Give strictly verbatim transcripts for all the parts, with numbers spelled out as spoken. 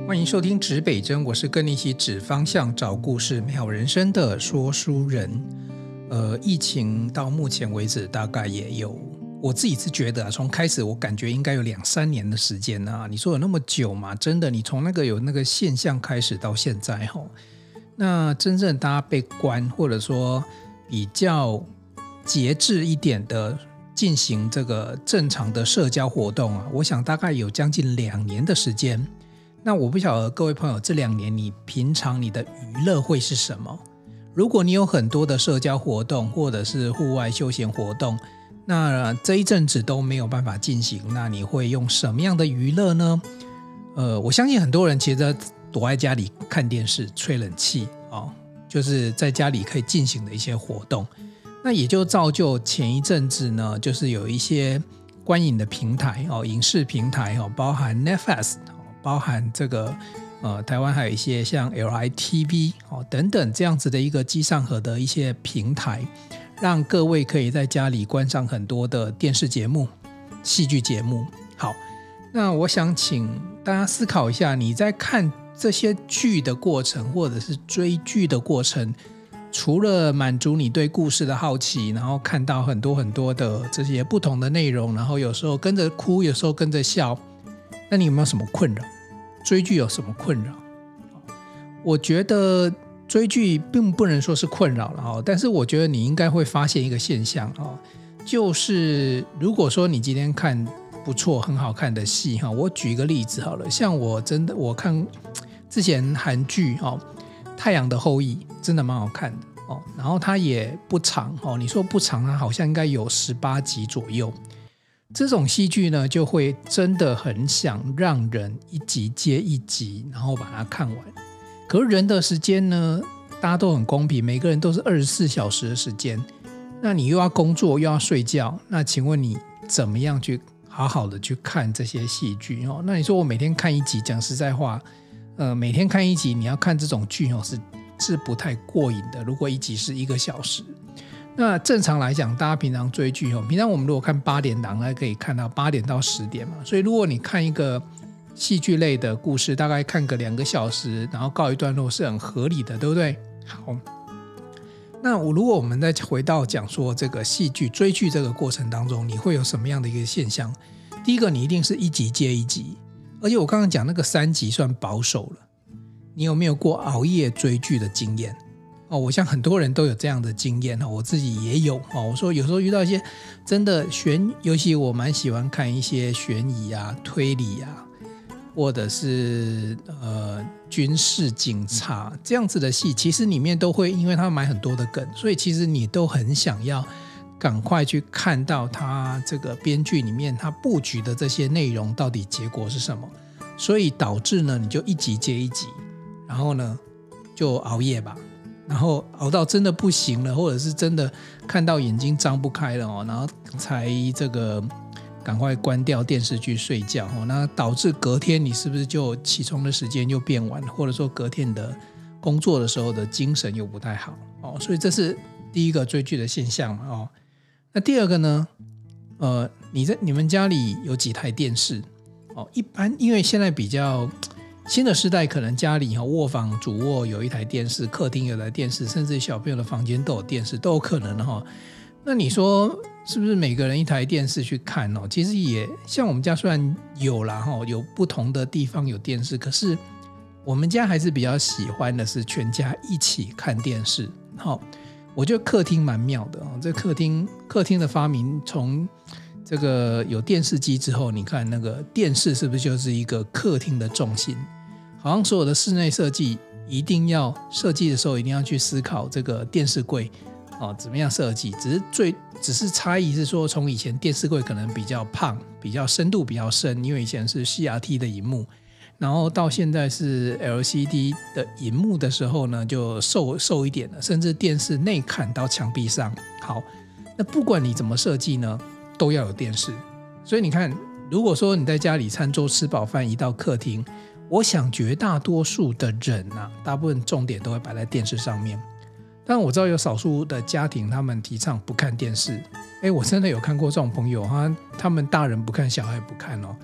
欢迎收听指北针，我是跟你一起指方向、找故事、美好人生的说书人。呃，疫情到目前为止大概也有，我自己是觉得啊，从开始我感觉应该有两三年的时间啊。你说有那么久吗？真的，你从那个有那个现象开始到现在吼，那真正大家被关，或者说比较节制一点的进行这个正常的社交活动啊，我想大概有将近两年的时间。那我不晓得各位朋友，这两年你平常你的娱乐会是什么？如果你有很多的社交活动或者是户外休闲活动，那这一阵子都没有办法进行，那你会用什么样的娱乐呢？呃，我相信很多人其实躲在家里看电视、吹冷气、哦、就是在家里可以进行的一些活动。那也就造就前一阵子呢，就是有一些观影的平台、哦、影视平台、哦、包含 Netflix，包含这个呃，台湾还有一些像 L I T V、哦、等等这样子的一个机上盒的一些平台，让各位可以在家里观赏很多的电视节目、戏剧节目。好，那我想请大家思考一下，你在看这些剧的过程，或者是追剧的过程，除了满足你对故事的好奇，然后看到很多很多的这些不同的内容，然后有时候跟着哭，有时候跟着笑，那你有没有什么困扰？追剧有什么困扰？我觉得追剧并不能说是困扰了，但是我觉得你应该会发现一个现象，就是如果说你今天看不错很好看的戏，我举一个例子好了，像我真的我看之前韩剧《太阳的后裔》真的蛮好看的，然后它也不长，你说不长，它好像应该有十八集左右。这种戏剧呢，就会真的很想让人一集接一集，然后把它看完。可是人的时间呢，大家都很公平，每个人都是二十四小时的时间。那你又要工作又要睡觉，那请问你怎么样去好好的去看这些戏剧？那你说我每天看一集，讲实在话，呃，每天看一集，你要看这种剧是是不太过瘾的。如果一集是一个小时。那正常来讲，大家平常追剧，平常我们如果看八点档，可以看到八点到十点嘛。所以如果你看一个戏剧类的故事，大概看个两个小时，然后告一段落是很合理的，对不对？好，那如果我们再回到讲说这个戏剧追剧这个过程当中，你会有什么样的一个现象？第一个，你一定是一集接一集，而且我刚刚讲那个三集算保守了。你有没有过熬夜追剧的经验？哦，我想很多人都有这样的经验，我自己也有。我说有时候遇到一些真的悬，尤其我蛮喜欢看一些悬疑啊、推理啊，或者是呃军事警察这样子的戏，其实里面都会因为他买很多的梗，所以其实你都很想要赶快去看到他这个编剧里面他布局的这些内容到底结果是什么，所以导致呢你就一集接一集，然后呢就熬夜吧。然后熬到真的不行了，或者是真的看到眼睛张不开了，然后才这个赶快关掉电视去睡觉，那导致隔天你是不是就起床的时间又变晚，或者说隔天的工作的时候的精神又不太好，所以这是第一个追剧的现象嘛。那第二个呢，呃，你在你们家里有几台电视？一般因为现在比较新的时代，可能家里卧房主卧有一台电视，客厅有一台电视，甚至小朋友的房间都有电视，都有可能的。那你说是不是每个人一台电视去看？其实也像我们家虽然有啦，有不同的地方有电视，可是我们家还是比较喜欢的是全家一起看电视。我觉得客厅蛮妙的，这客厅客厅的发明，从这个有电视机之后，你看那个电视是不是就是一个客厅的重心？好像所有的室内设计一定要设计的时候一定要去思考这个电视柜、哦、怎么样设计，只是最只是差异是说，从以前电视柜可能比较胖，比较深度比较深，因为以前是 C R T 的萤幕，然后到现在是 L C D 的萤幕的时候呢，就瘦瘦一点了，甚至电视内嵌到墙壁上。好，那不管你怎么设计呢，都要有电视。所以你看，如果说你在家里餐桌吃饱饭移到客厅，我想绝大多数的人啊，大部分重点都会摆在电视上面。但我知道有少数的家庭他们提倡不看电视，诶，我真的有看过这种朋友，他他们大人不看，小孩不看哦，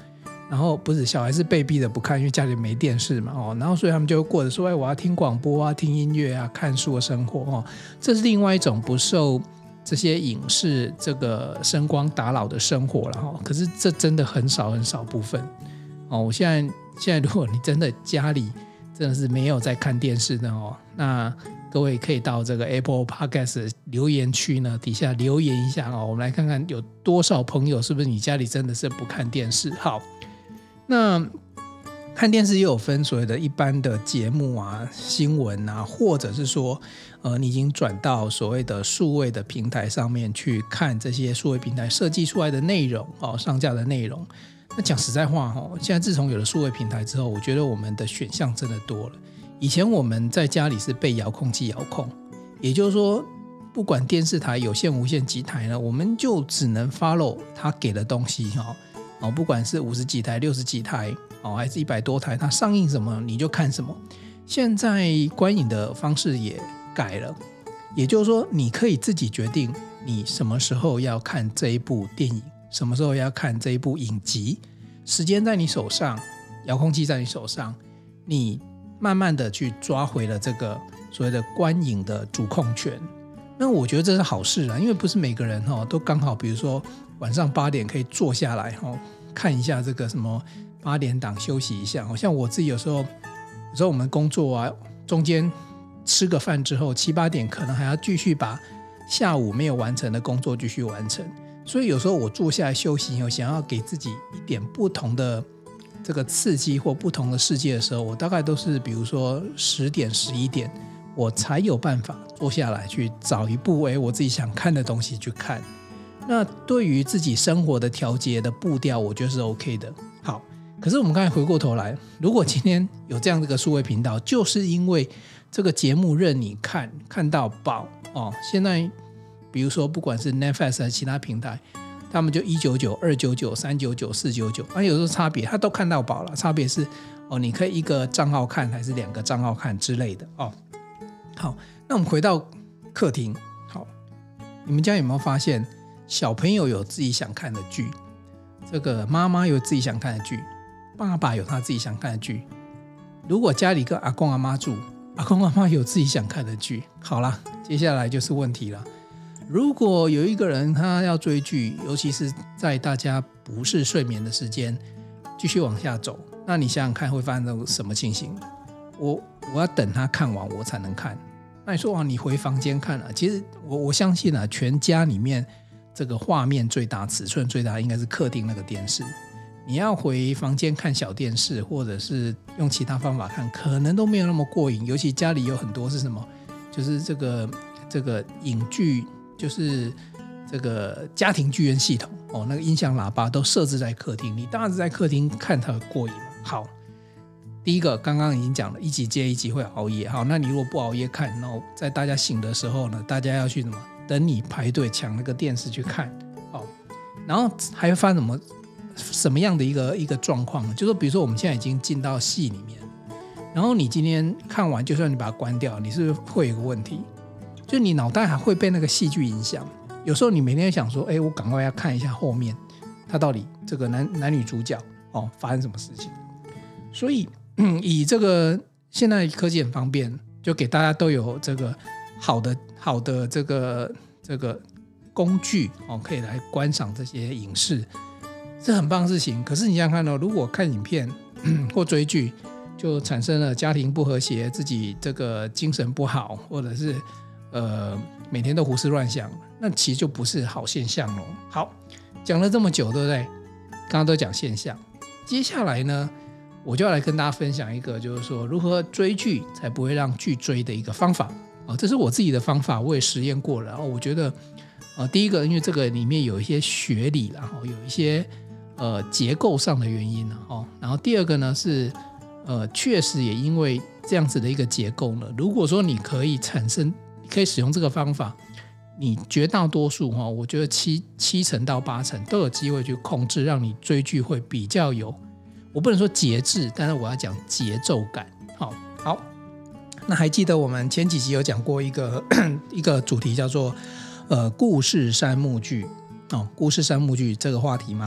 然后不是小孩是被逼的不看，因为家里没电视嘛哦，然后所以他们就过着说，哎，我要听广播啊，听音乐啊，看书的生活哦。这是另外一种不受这些影视这个声光打扰的生活了哦。可是这真的很少很少部分哦。我现在现在如果你真的家里真的是没有在看电视的哦，那各位可以到这个 Apple Podcast 留言区呢底下留言一下哦，我们来看看有多少朋友是不是你家里真的是不看电视。好，那看电视也有分所谓的一般的节目啊、新闻啊，或者是说呃，你已经转到所谓的数位的平台上面去看这些数位平台设计出来的内容哦，上架的内容。那讲实在话哦，现在自从有了数位平台之后，我觉得我们的选项真的多了。以前我们在家里是被遥控器遥控，也就是说不管电视台有线无线几台呢，我们就只能 follow 他给的东西哦，不管是五十几台六十几台哦，还是一百多台，它上映什么你就看什么。现在观影的方式也改了，也就是说你可以自己决定你什么时候要看这一部电影，什么时候要看这一部影集，时间在你手上，遥控器在你手上，你慢慢的去抓回了这个所谓的观影的主控权。那我觉得这是好事啦，因为不是每个人、哦、都刚好比如说晚上八点可以坐下来、哦、看一下这个什么八点档休息一下。像我自己有时候有时候我们工作啊，中间吃个饭之后七八点可能还要继续把下午没有完成的工作继续完成，所以有时候我坐下来休息，我想要给自己一点不同的这个刺激或不同的世界的时候，我大概都是比如说十点十一点我才有办法坐下来去找一部我自己想看的东西去看。那对于自己生活的调节的步调我觉得是 OK 的。好，可是我们刚才回过头来，如果今天有这样的一个数位频道，就是因为这个节目任你看看到饱哦。现在比如说不管是 Netflix 还是其他平台，他们就一百九十九、二百九十九、三百九十九、四百九十九，啊，有时候差别他都看到饱了，差别是哦，你可以一个账号看还是两个账号看之类的哦。好，那我们回到客厅。好，你们家有没有发现小朋友有自己想看的剧，这个妈妈有自己想看的剧，爸爸有他自己想看的剧。如果家里跟阿公阿妈住，阿公阿妈有自己想看的剧。好啦，接下来就是问题了。如果有一个人他要追剧，尤其是在大家不是睡眠的时间继续往下走，那你想想看会发生什么情形？我我要等他看完我才能看。那你说哇，你回房间看啊？其实 我, 我相信啊，全家里面这个画面最大、尺寸最大应该是客厅那个电视。你要回房间看小电视，或者是用其他方法看，可能都没有那么过瘾。尤其家里有很多是什么，就是这个这个影剧，就是这个家庭剧院系统哦，那个音响喇叭都设置在客厅，你当然是在客厅看它会过瘾嘛。好。第一个刚刚已经讲了，一集接一集会熬夜。好，那你如果不熬夜看，然后在大家醒的时候呢，大家要去什么？等你排队抢那个电视去看。好，然后还会发生什么什么样的一个一个状况呢？就是说比如说我们现在已经进到戏里面，然后你今天看完，就算你把它关掉，你是不是会有一个问题？就你脑袋还会被那个戏剧影响。有时候你每天想说，哎，我赶快要看一下后面，他到底这个 男, 男女主角哦发生什么事情。所以以这个现在科技很方便，就给大家都有这个好的好的这个这个工具哦，可以来观赏这些影视，是很棒的事情。可是你想想看哦，如果看影片或追剧就产生了家庭不和谐，自己这个精神不好，或者是呃每天都胡思乱想，那其实就不是好现象咯。好，讲了这么久，对不对？刚刚都讲现象，接下来呢？我就要来跟大家分享一个，就是说如何追剧才不会让剧追的一个方法、哦、这是我自己的方法，我也实验过了。然后我觉得、呃、第一个，因为这个里面有一些学理，然后有一些、呃、结构上的原因、哦、然后第二个呢是呃，确实也因为这样子的一个结构呢，如果说你可以产生可以使用这个方法，你绝大多数、哦、我觉得 七, 七成到八成都有机会去控制，让你追剧会比较有，我不能说节制，但是我要讲节奏感。 好, 好，那还记得我们前几集有讲过一个一个主题叫做、呃、故事三幕剧、哦、故事三幕剧这个话题吗？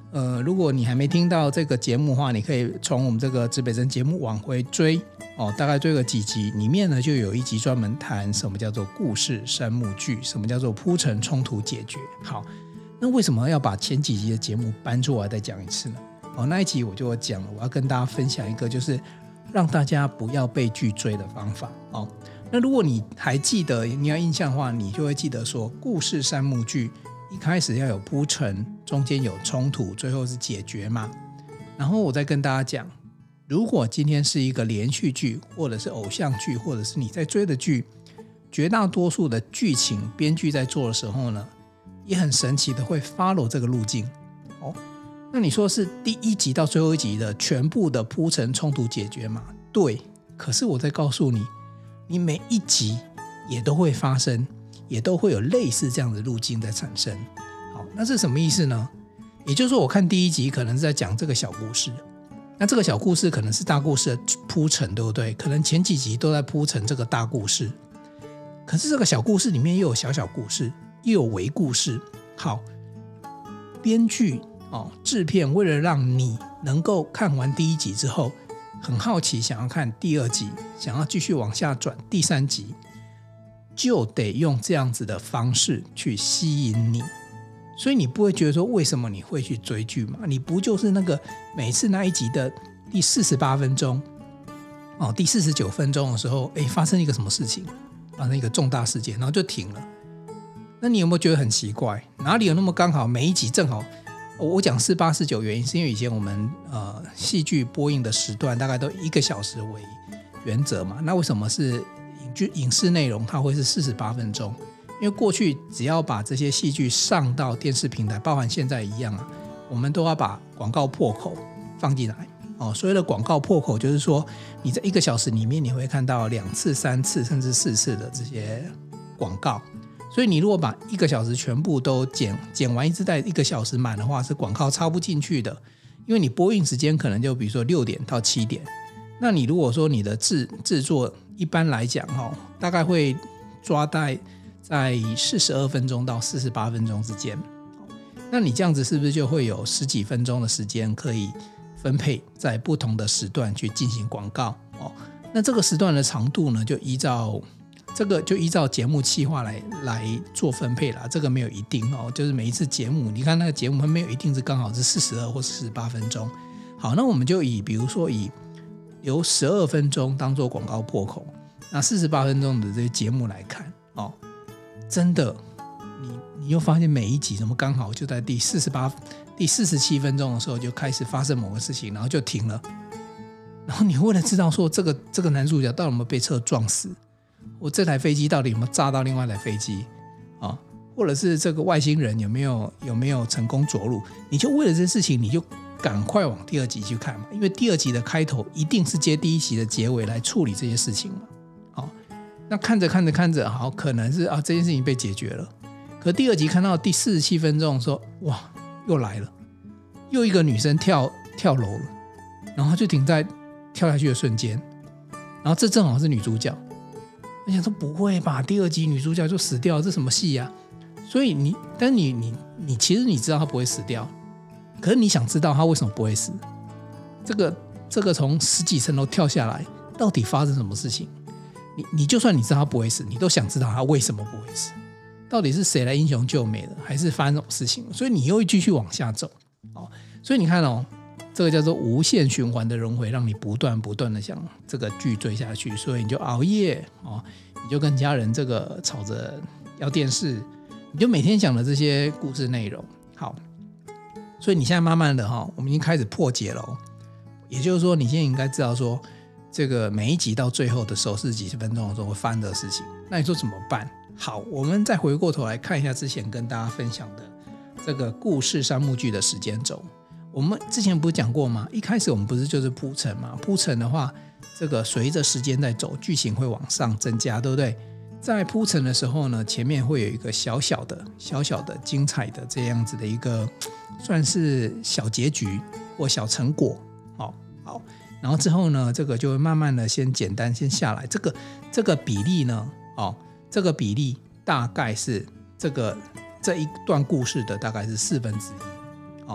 呃，如果你还没听到这个节目的话，你可以从我们这个指北针节目往回追哦，大概追个几集，里面呢就有一集专门谈什么叫做故事三幕剧，什么叫做铺陈冲突解决。好，那为什么要把前几集的节目搬出来再讲一次呢？哦，那一集我就讲了，我要跟大家分享一个就是让大家不要被剧追的方法哦。那如果你还记得，你要印象的话，你就会记得说，故事三幕剧一开始要有铺陈，中间有冲突，最后是解决嘛。然后我再跟大家讲，如果今天是一个连续剧，或者是偶像剧，或者是你在追的剧，绝大多数的剧情编剧在做的时候呢，也很神奇的会 follow 这个路径。哦，那你说是第一集到最后一集的全部的铺陈冲突解决吗？对，可是我再告诉你，你每一集也都会发生，也都会有类似这样的路径在产生。好，那是什么意思呢？也就是说，我看第一集可能是在讲这个小故事，那这个小故事可能是大故事的铺陈，对不对？可能前几集都在铺陈这个大故事，可是这个小故事里面又有小小故事，又有微故事。好，编剧哦，制片为了让你能够看完第一集之后很好奇，想要看第二集，想要继续往下转第三集，就得用这样子的方式去吸引你。所以你不会觉得说为什么你会去追剧嘛？你不就是那个每次那一集的第四十八分钟、哦、第四十九分钟的时候，诶，发生一个什么事情，发生一个重大事件，然后就停了。那你有没有觉得很奇怪？哪里有那么刚好每一集正好？我讲四八四九原因是因为以前我们呃戏剧播映的时段大概都一个小时为原则嘛，那为什么是影剧影视内容它会是四十八分钟？因为过去只要把这些戏剧上到电视平台，包含现在一样啊，我们都要把广告破口放进来哦。所谓的广告破口就是说，你在一个小时里面你会看到两次、三次甚至四次的这些广告。所以你如果把一个小时全部都剪剪完一支带一个小时满的话，是广告插不进去的，因为你播映时间可能就比如说六点到七点，那你如果说你的制制作一般来讲哦，大概会抓在在四十二分钟到四十八分钟之间，那你这样子是不是就会有十几分钟的时间可以分配在不同的时段去进行广告哦？那这个时段的长度呢，就依照这个就依照节目企划来来做分配啦，这个没有一定哦，就是每一次节目，你看那个节目它没有一定是刚好是四十二或四十八分钟。好，那我们就以比如说以由十二分钟当做广告破口，那四十八分钟的这些节目来看哦，真的你你又发现每一集怎么刚好就在第四十八、第四十七分钟的时候就开始发生某个事情，然后就停了。然后你为了知道说这个这个男主角到底有没有被车撞死，我这台飞机到底有没有炸到另外一台飞机啊？或者是这个外星人有没有有没有成功着陆？你就为了这些事情，你就赶快往第二集去看嘛，因为第二集的开头一定是接第一集的结尾来处理这些事情嘛。好，那看着看着看着，好，可能是啊这件事情被解决了。可第二集看到第四十七分钟的时候，哇，又来了，又一个女生跳跳楼了，然后就停在跳下去的瞬间，然后这正好是女主角。我想说不会吧，第二集女主角就死掉了，这什么戏啊？所以你，但你你你其实你知道她不会死掉，可是你想知道她为什么不会死？这个这个从十几层楼跳下来，到底发生什么事情？你你就算你知道她不会死，你都想知道她为什么不会死？到底是谁来英雄救美的，还是发生什么事情？所以你又会继续往下走哦。所以你看哦，这个叫做无限循环的轮回，让你不断不断的想这个剧追下去，所以你就熬夜哦，你就跟家人这个吵着要电视，你就每天想的这些故事内容。好，所以你现在慢慢的哈、哦，我们已经开始破解了、哦，也就是说，你现在应该知道说，这个每一集到最后的时候是几十分钟的时候会发生的事情。那你说怎么办？好，我们再回过头来看一下之前跟大家分享的这个故事三幕剧的时间轴。我们之前不是讲过吗？一开始我们不是就是铺陈吗？铺陈的话，这个随着时间在走，剧情会往上增加，对不对？在铺陈的时候呢，前面会有一个小小的、小小的精彩的这样子的一个算是小结局或小成果，好，好，然后之后呢，这个就会慢慢的先简单先下来。这个这个比例呢，哦，这个比例大概是这个这一段故事的大概是四分之一，哦。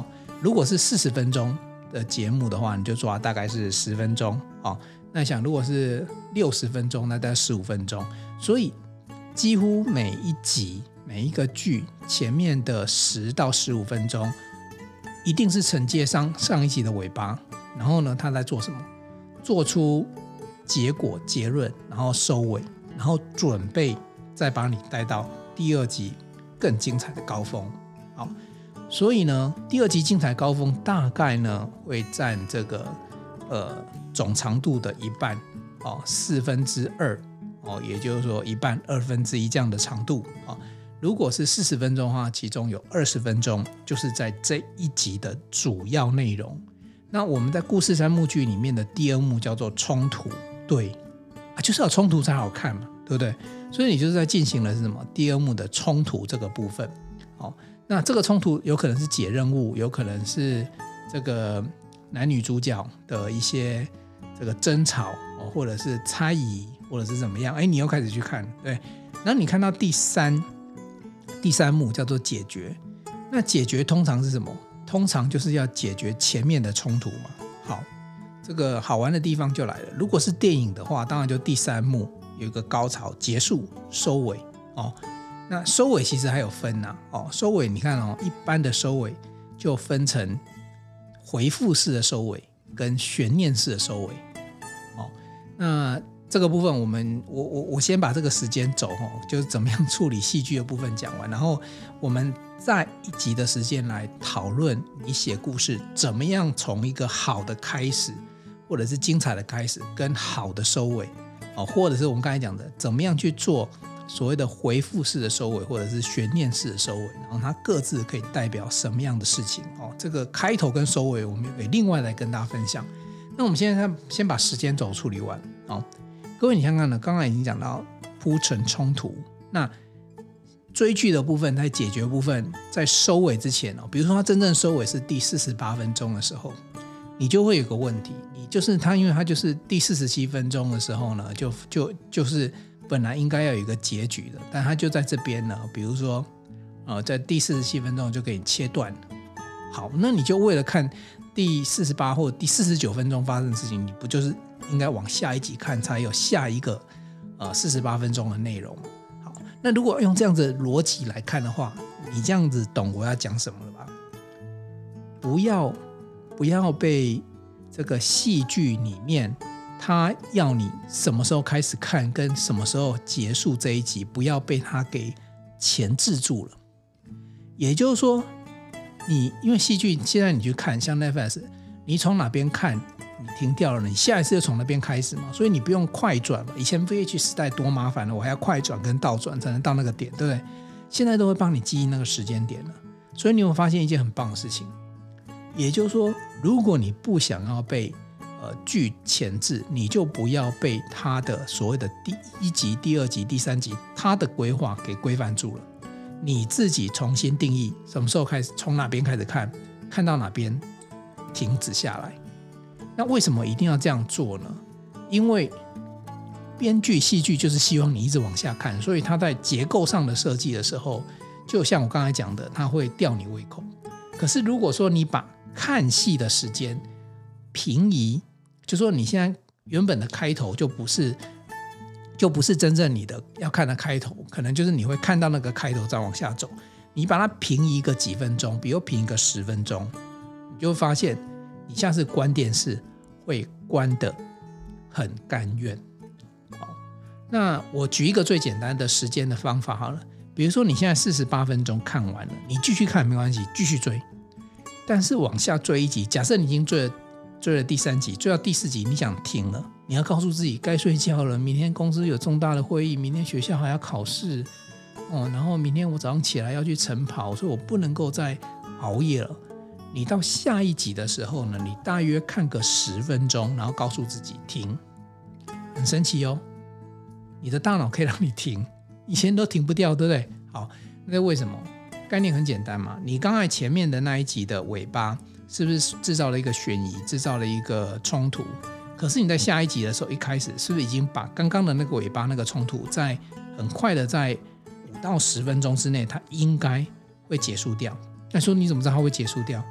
如果是四十分钟的节目的话，你就抓大概是十分钟哦。那想如果是六十分钟，那大概十五分钟。所以几乎每一集每一个剧前面的十到十五分钟，一定是承接上上一集的尾巴。然后呢，他在做什么？做出结果结论，然后收尾，然后准备再把你带到第二集更精彩的高峰。好，所以呢，第二集精彩高峰大概呢会占这个呃总长度的一半哦，四分之二哦，也就是说一半二分之一这样的长度啊、哦。如果是四十分钟的话，其中有二十分钟就是在这一集的主要内容。那我们在故事三幕剧里面的第二幕叫做冲突，对啊，就是要冲突才好看嘛，对不对？所以你就是在进行的是什么？第二幕的冲突这个部分。哦，那这个冲突有可能是解任务，有可能是这个男女主角的一些这个争吵，哦，或者是猜疑，或者是怎么样？哎，你又开始去看，对。然后你看到第三第三幕叫做解决，那解决通常是什么？通常就是要解决前面的冲突嘛。好，这个好玩的地方就来了。如果是电影的话，当然就第三幕有一个高潮结束收尾哦。那收尾其实还有分啊，哦，收尾你看哦，一般的收尾就分成回复式的收尾跟悬念式的收尾。哦，那这个部分我们我我我先把这个时间轴哦，就是怎么样处理戏剧的部分讲完，然后我们在一集的时间来讨论你写故事怎么样从一个好的开始，或者是精彩的开始跟好的收尾，哦，或者是我们刚才讲的怎么样去做所谓的回复式的收尾，或者是悬念式的收尾，然后它各自可以代表什么样的事情，哦，这个开头跟收尾我们也可以另外来跟大家分享。那我们现在先把时间轴处理完，哦，各位你看看呢，刚刚已经讲到铺陈冲突，那追剧的部分在解决部分在收尾之前，哦，比如说它真正收尾是第四十八分钟的时候，你就会有个问题，你就是它因为它就是第四十七分钟的时候呢，就就就是本来应该要有一个结局的，但它就在这边呢，比如说呃，在第四十七分钟就给你切断。好，那你就为了看第四十八或第四十九分钟发生的事情，你不就是应该往下一集看才有下一个呃四十八分钟的内容？好，那如果用这样子的逻辑来看的话，你这样子懂我要讲什么了吧？不要不要被这个戏剧里面他要你什么时候开始看跟什么时候结束这一集，不要被他给钳制住了。也就是说，你因为戏剧现在你去看像 Netflix， 你从哪边看你停掉了，你下一次就从那边开始嘛，所以你不用快转嘛。以前 V H 时代多麻烦了，我还要快转跟倒转才能到那个点，对不对？现在都会帮你记忆那个时间点了。所以你有发现一件很棒的事情，也就是说，如果你不想要被呃剧前置，你就不要被他的所谓的第一集、第二集、第三集他的规划给规范住了。你自己重新定义什么时候开始，从哪边开始看，看到哪边停止下来。那为什么一定要这样做呢？因为编剧戏剧就是希望你一直往下看，所以他在结构上的设计的时候，就像我刚才讲的，他会吊你胃口。可是如果说你把看戏的时间平移，就说你现在原本的开头就不是就不是真正你的要看的开头，可能就是你会看到那个开头再往下走，你把它平移个几分钟，比如平移个十分钟，你就会发现你下次关电视会关得很甘愿。好，那我举一个最简单的时间的方法好了，比如说你现在四十八分钟看完了，你继续看没关系，继续追，但是往下追一集，假设你已经追了追了第三集，追到第四集你想停了，你要告诉自己该睡觉了，明天公司有重大的会议，明天学校还要考试，哦，然后明天我早上起来要去晨跑，所以我不能够再熬夜了。你到下一集的时候呢，你大约看个十分钟，然后告诉自己停。很神奇哦，你的大脑可以让你停，以前都停不掉，对不对？好，那为什么？概念很简单嘛，你刚才前面的那一集的尾巴是不是制造了一个悬疑，制造了一个冲突？可是你在下一集的时候，一开始是不是已经把刚刚的那个尾巴那个冲突，在很快的在五到十分钟之内，它应该会结束掉？那说你怎么知道它会结束掉？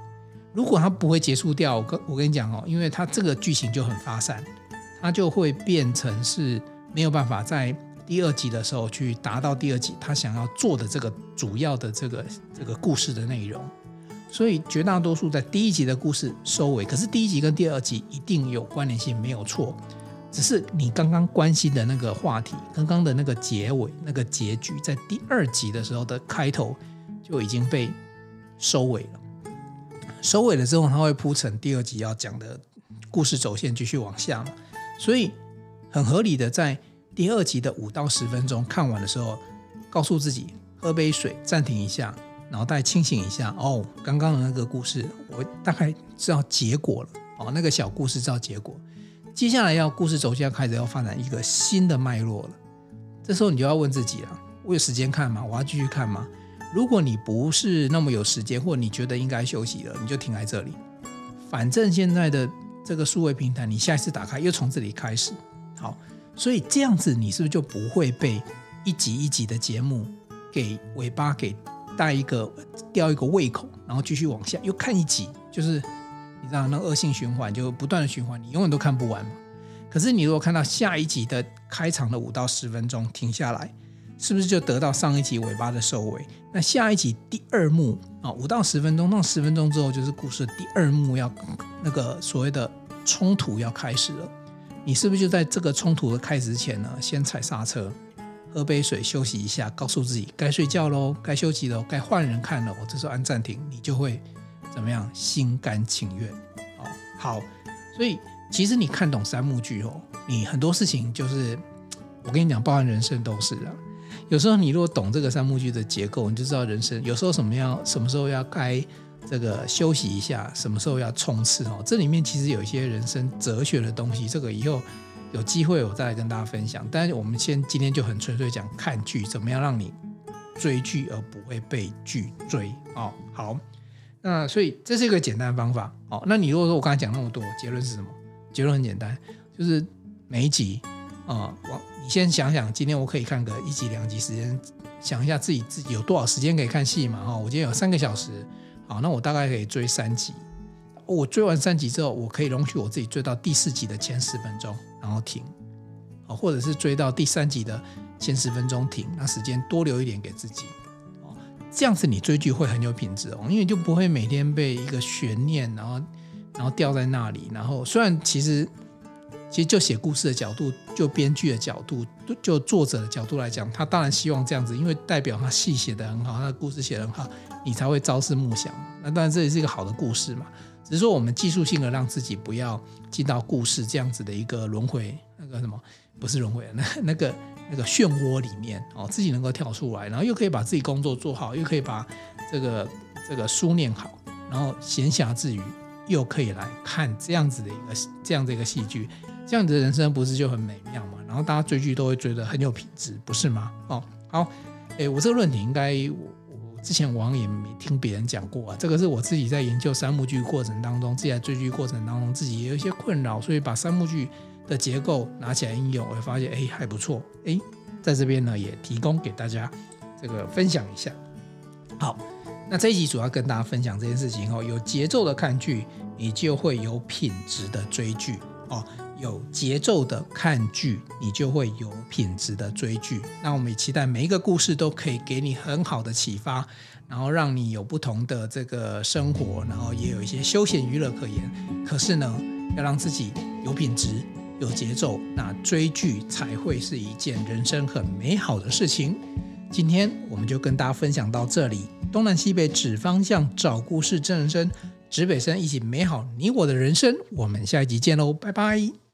如果它不会结束掉，我跟我跟你讲哦，因为它这个剧情就很发散，它就会变成是没有办法在第二集的时候去达到第二集他想要做的这个主要的这个这个故事的内容。所以绝大多数在第一集的故事收尾，可是第一集跟第二集一定有关联性，没有错。只是你刚刚关心的那个话题，刚刚的那个结尾、那个结局，在第二集的时候的开头就已经被收尾了。收尾了之后，它会铺成第二集要讲的故事走线继续往下嘛。所以很合理的，在第二集的五到十分钟看完的时候，告诉自己喝杯水，暂停一下，脑袋清醒一下。哦，刚刚的那个故事，我大概知道结果了。哦，那个小故事知道结果。接下来要故事走向开始要发展一个新的脉络了，这时候你就要问自己了：我有时间看吗？我要继续看吗？如果你不是那么有时间，或你觉得应该休息了，你就停在这里。反正现在的这个数位平台，你下一次打开又从这里开始。好，所以这样子你是不是就不会被一集一集的节目给尾巴给带一个吊一个胃口，然后继续往下又看一集，就是你知道那恶性循环，就不断的循环，你永远都看不完嘛。可是你如果看到下一集的开场的五到十分钟停下来，是不是就得到上一集尾巴的收尾？那下一集第二幕啊，五到十分钟，那十分钟之后就是故事的第二幕，要那个所谓的冲突要开始了。你是不是就在这个冲突的开始前呢，先踩刹车，喝杯水休息一下，告诉自己该睡觉咯，该休息咯，该换人看了，我这时候按暂停，你就会怎么样？心甘情愿。哦，好，所以其实你看懂三幕剧后，你很多事情就是我跟你讲，包含人生都是啊。有时候你如果懂这个三幕剧的结构，你就知道人生有时候什么要什么时候要该这个休息一下，什么时候要冲刺哦。这里面其实有一些人生哲学的东西，这个以后有机会我再来跟大家分享。但是我们先今天就很纯粹讲看剧，怎么样让你追剧而不会被剧追哦。好，那所以这是一个简单方法哦。那你如果说我刚才讲那么多，结论是什么？结论很简单，就是每一集啊、呃，你先想想，今天我可以看个一集两集时间，想一下自己自己有多少时间可以看戏嘛？哈、哦，我今天有三个小时，好，那我大概可以追三集。我追完三集之后，我可以容许我自己追到第四集的前十分钟，然后停，好，或者是追到第三集的前十分钟停，那时间多留一点给自己。哦，这样子你追剧会很有品质哦，因为就不会每天被一个悬念，然后然后掉在那里。然后虽然其实。其实就写故事的角度，就编剧的角度，就作者的角度来讲，他当然希望这样子，因为代表他戏写得很好，他的故事写得很好，你才会朝思暮想。那当然这也是一个好的故事嘛，只是说我们技术性的让自己不要进到故事这样子的一个轮回，那个什么不是轮回，那那个那个漩涡里面哦，自己能够跳出来，然后又可以把自己工作做好，又可以把这个这个书念好，然后闲暇之余又可以来看这样子的一个这样的一个戏剧。这样的人生不是就很美妙吗？然后大家追剧都会觉得很有品质，不是吗？哦，好，诶，我这个论点应该我我之前我好像也没听别人讲过啊。这个是我自己在研究三幕剧过程当中，自己在追剧过程当中，自己也有一些困扰，所以把三幕剧的结构拿起来应用，我会发现诶还不错。诶，在这边呢也提供给大家这个分享一下。好，那这一集主要跟大家分享这件事情哦，有节奏的看剧，你就会有品质的追剧哦。有节奏的看剧，你就会有品质的追剧。那我们也期待每一个故事都可以给你很好的启发，然后让你有不同的这个生活，然后也有一些休闲娱乐可言。可是呢，要让自己有品质、有节奏，那追剧才会是一件人生很美好的事情。今天我们就跟大家分享到这里，东南西北指方向，找故事真人生，指北生一起美好你我的人生。我们下一集见喽，拜拜。